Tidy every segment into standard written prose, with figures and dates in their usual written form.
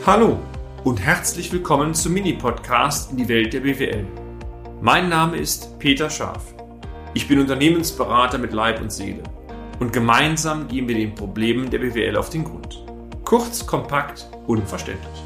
Hallo und herzlich willkommen zum Mini-Podcast in die Welt der BWL. Mein Name ist Peter Scharf. Ich bin Unternehmensberater mit Leib und Seele und gemeinsam gehen wir den Problemen der BWL auf den Grund. Kurz, kompakt, unverständlich.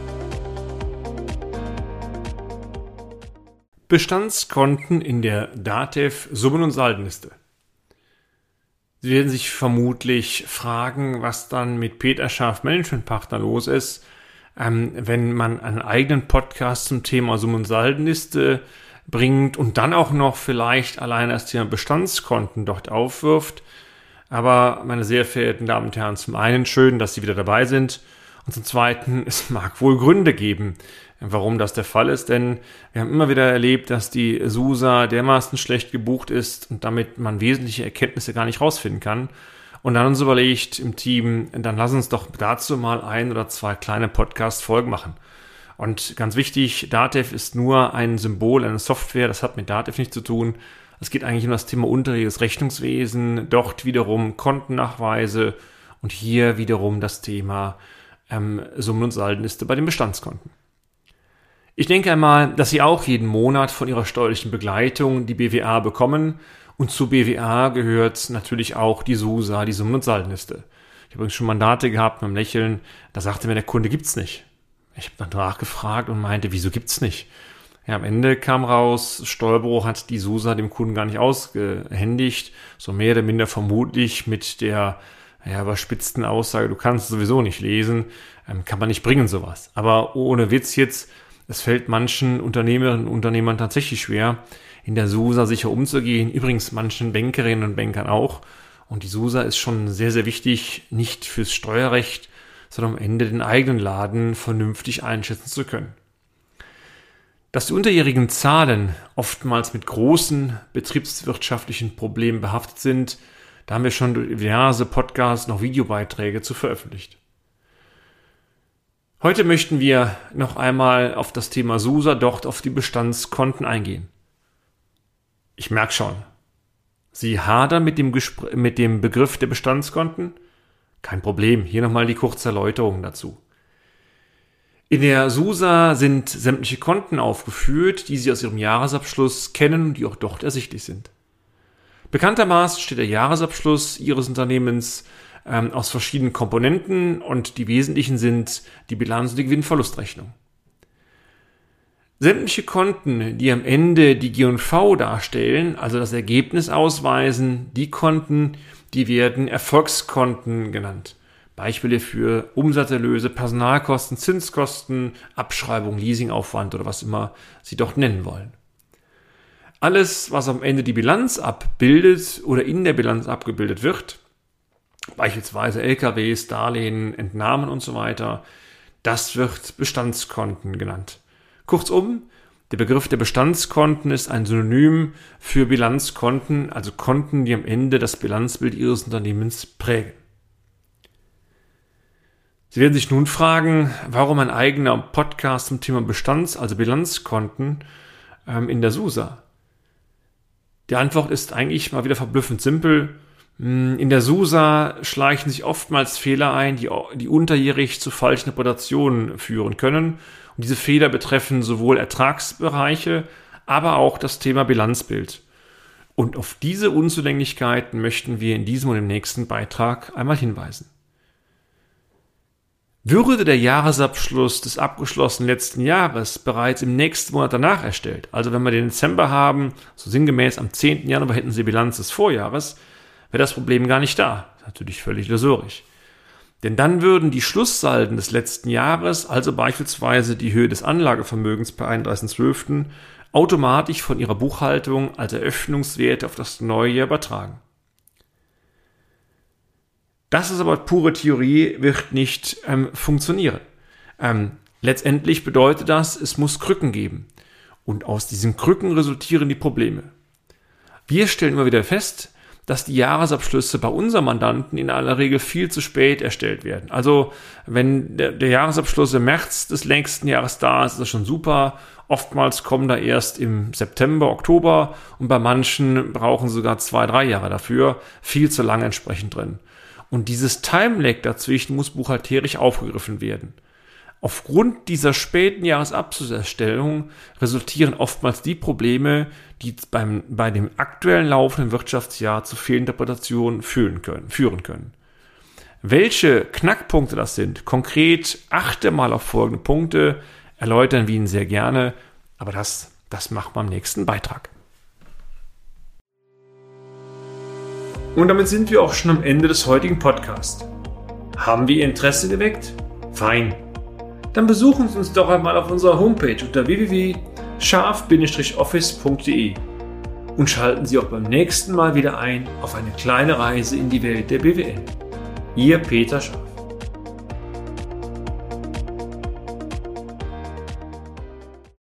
Bestandskonten in der DATEV Summen- und Saldenliste. Sie werden sich vermutlich fragen, was dann mit Peter Scharf Managementpartner los ist, wenn man einen eigenen Podcast zum Thema Summen- und Saldenliste bringt und dann auch noch vielleicht allein das Thema Bestandskonten dort aufwirft. Aber meine sehr verehrten Damen und Herren, zum einen schön, dass Sie wieder dabei sind und zum zweiten, es mag wohl Gründe geben, warum das der Fall ist, denn wir haben immer wieder erlebt, dass die SUSA dermaßen schlecht gebucht ist und damit man wesentliche Erkenntnisse gar nicht rausfinden kann. Und dann uns überlegt im Team, dann lass uns doch dazu mal 1 oder 2 kleine Podcast-Folgen machen. Und ganz wichtig, DATEV ist nur ein Symbol, eine Software, das hat mit DATEV nichts zu tun. Es geht eigentlich um das Thema unterjähriges Rechnungswesen, dort wiederum Kontennachweise und hier wiederum das Thema Summen- und Saldenliste bei den Bestandskonten. Ich denke einmal, dass Sie auch jeden Monat von Ihrer steuerlichen Begleitung die BWA bekommen und zu BWA gehört natürlich auch die SUSA, die Summen- und Saldenliste. Ich habe übrigens schon Mandate gehabt mit einem Lächeln, da sagte mir der Kunde, gibt's nicht. Ich habe dann nachgefragt und meinte, wieso gibt's nicht? Ja, am Ende kam raus, Steuerbüro hat die SUSA dem Kunden gar nicht ausgehändigt, so mehr oder minder vermutlich mit der überspitzten Aussage, du kannst sowieso nicht lesen, kann man nicht bringen sowas. Aber ohne Witz jetzt, es fällt manchen Unternehmerinnen und Unternehmern tatsächlich schwer, in der SUSA sicher umzugehen. Übrigens manchen Bankerinnen und Bankern auch. Und die SUSA ist schon sehr, sehr wichtig, nicht fürs Steuerrecht, sondern am Ende den eigenen Laden vernünftig einschätzen zu können. Dass die unterjährigen Zahlen oftmals mit großen betriebswirtschaftlichen Problemen behaftet sind, da haben wir schon durch diverse Podcasts noch Videobeiträge zu veröffentlicht. Heute möchten wir noch einmal auf das Thema SUSA, dort auf die Bestandskonten eingehen. Ich merke schon, Sie hadern mit dem Begriff der Bestandskonten? Kein Problem, hier nochmal die kurze Erläuterung dazu. In der SUSA sind sämtliche Konten aufgeführt, die Sie aus Ihrem Jahresabschluss kennen und die auch dort ersichtlich sind. Bekanntermaßen steht der Jahresabschluss Ihres Unternehmens aus verschiedenen Komponenten und die wesentlichen sind die Bilanz und die Gewinn-Verlust-Rechnung. Sämtliche Konten, die am Ende die G&V darstellen, also das Ergebnis ausweisen, die Konten, die werden Erfolgskonten genannt. Beispiele für Umsatzerlöse, Personalkosten, Zinskosten, Abschreibung, Leasingaufwand oder was immer Sie dort nennen wollen. Alles, was am Ende die Bilanz abbildet oder in der Bilanz abgebildet wird, beispielsweise LKWs, Darlehen, Entnahmen und so weiter, das wird Bestandskonten genannt. Kurzum, der Begriff der Bestandskonten ist ein Synonym für Bilanzkonten, also Konten, die am Ende das Bilanzbild Ihres Unternehmens prägen. Sie werden sich nun fragen, warum ein eigener Podcast zum Thema also Bilanzkonten in der SUSA? Die Antwort ist eigentlich mal wieder verblüffend simpel. In der SUSA schleichen sich oftmals Fehler ein, die unterjährig zu falschen Interpretationen führen können. Und diese Fehler betreffen sowohl Ertragsbereiche, aber auch das Thema Bilanzbild. Und auf diese Unzulänglichkeiten möchten wir in diesem und im nächsten Beitrag einmal hinweisen. Würde der Jahresabschluss des abgeschlossenen letzten Jahres bereits im nächsten Monat danach erstellt, also wenn wir den Dezember haben, so sinngemäß am 10. Januar hätten Sie Bilanz des Vorjahres, wäre das Problem gar nicht da. Natürlich völlig illusorisch. Denn dann würden die Schlusssalden des letzten Jahres, also beispielsweise die Höhe des Anlagevermögens per 31.12., automatisch von Ihrer Buchhaltung als Eröffnungswerte auf das neue Jahr übertragen. Das ist aber pure Theorie, wird nicht funktionieren. Letztendlich bedeutet das, es muss Krücken geben. Und aus diesen Krücken resultieren die Probleme. Wir stellen immer wieder fest, dass die Jahresabschlüsse bei unseren Mandanten in aller Regel viel zu spät erstellt werden. Also wenn der Jahresabschluss im März des nächsten Jahres da ist, ist das schon super. Oftmals kommen da erst im September, Oktober und bei manchen brauchen sogar 2-3 Jahre dafür. Viel zu lange entsprechend drin. Und dieses Time-Lag dazwischen muss buchhalterisch aufgegriffen werden. Aufgrund dieser späten Jahresabschlusserstellung resultieren oftmals die Probleme, die bei dem aktuellen laufenden Wirtschaftsjahr zu Fehlinterpretationen führen können. Welche Knackpunkte das sind, konkret achte mal auf folgende Punkte, erläutern wir Ihnen sehr gerne, aber das machen wir im nächsten Beitrag. Und damit sind wir auch schon am Ende des heutigen Podcasts. Haben wir Ihr Interesse geweckt? Fein. Dann besuchen Sie uns doch einmal auf unserer Homepage unter www.scharf-office.de und schalten Sie auch beim nächsten Mal wieder ein auf eine kleine Reise in die Welt der BWL. Ihr Peter Scharf.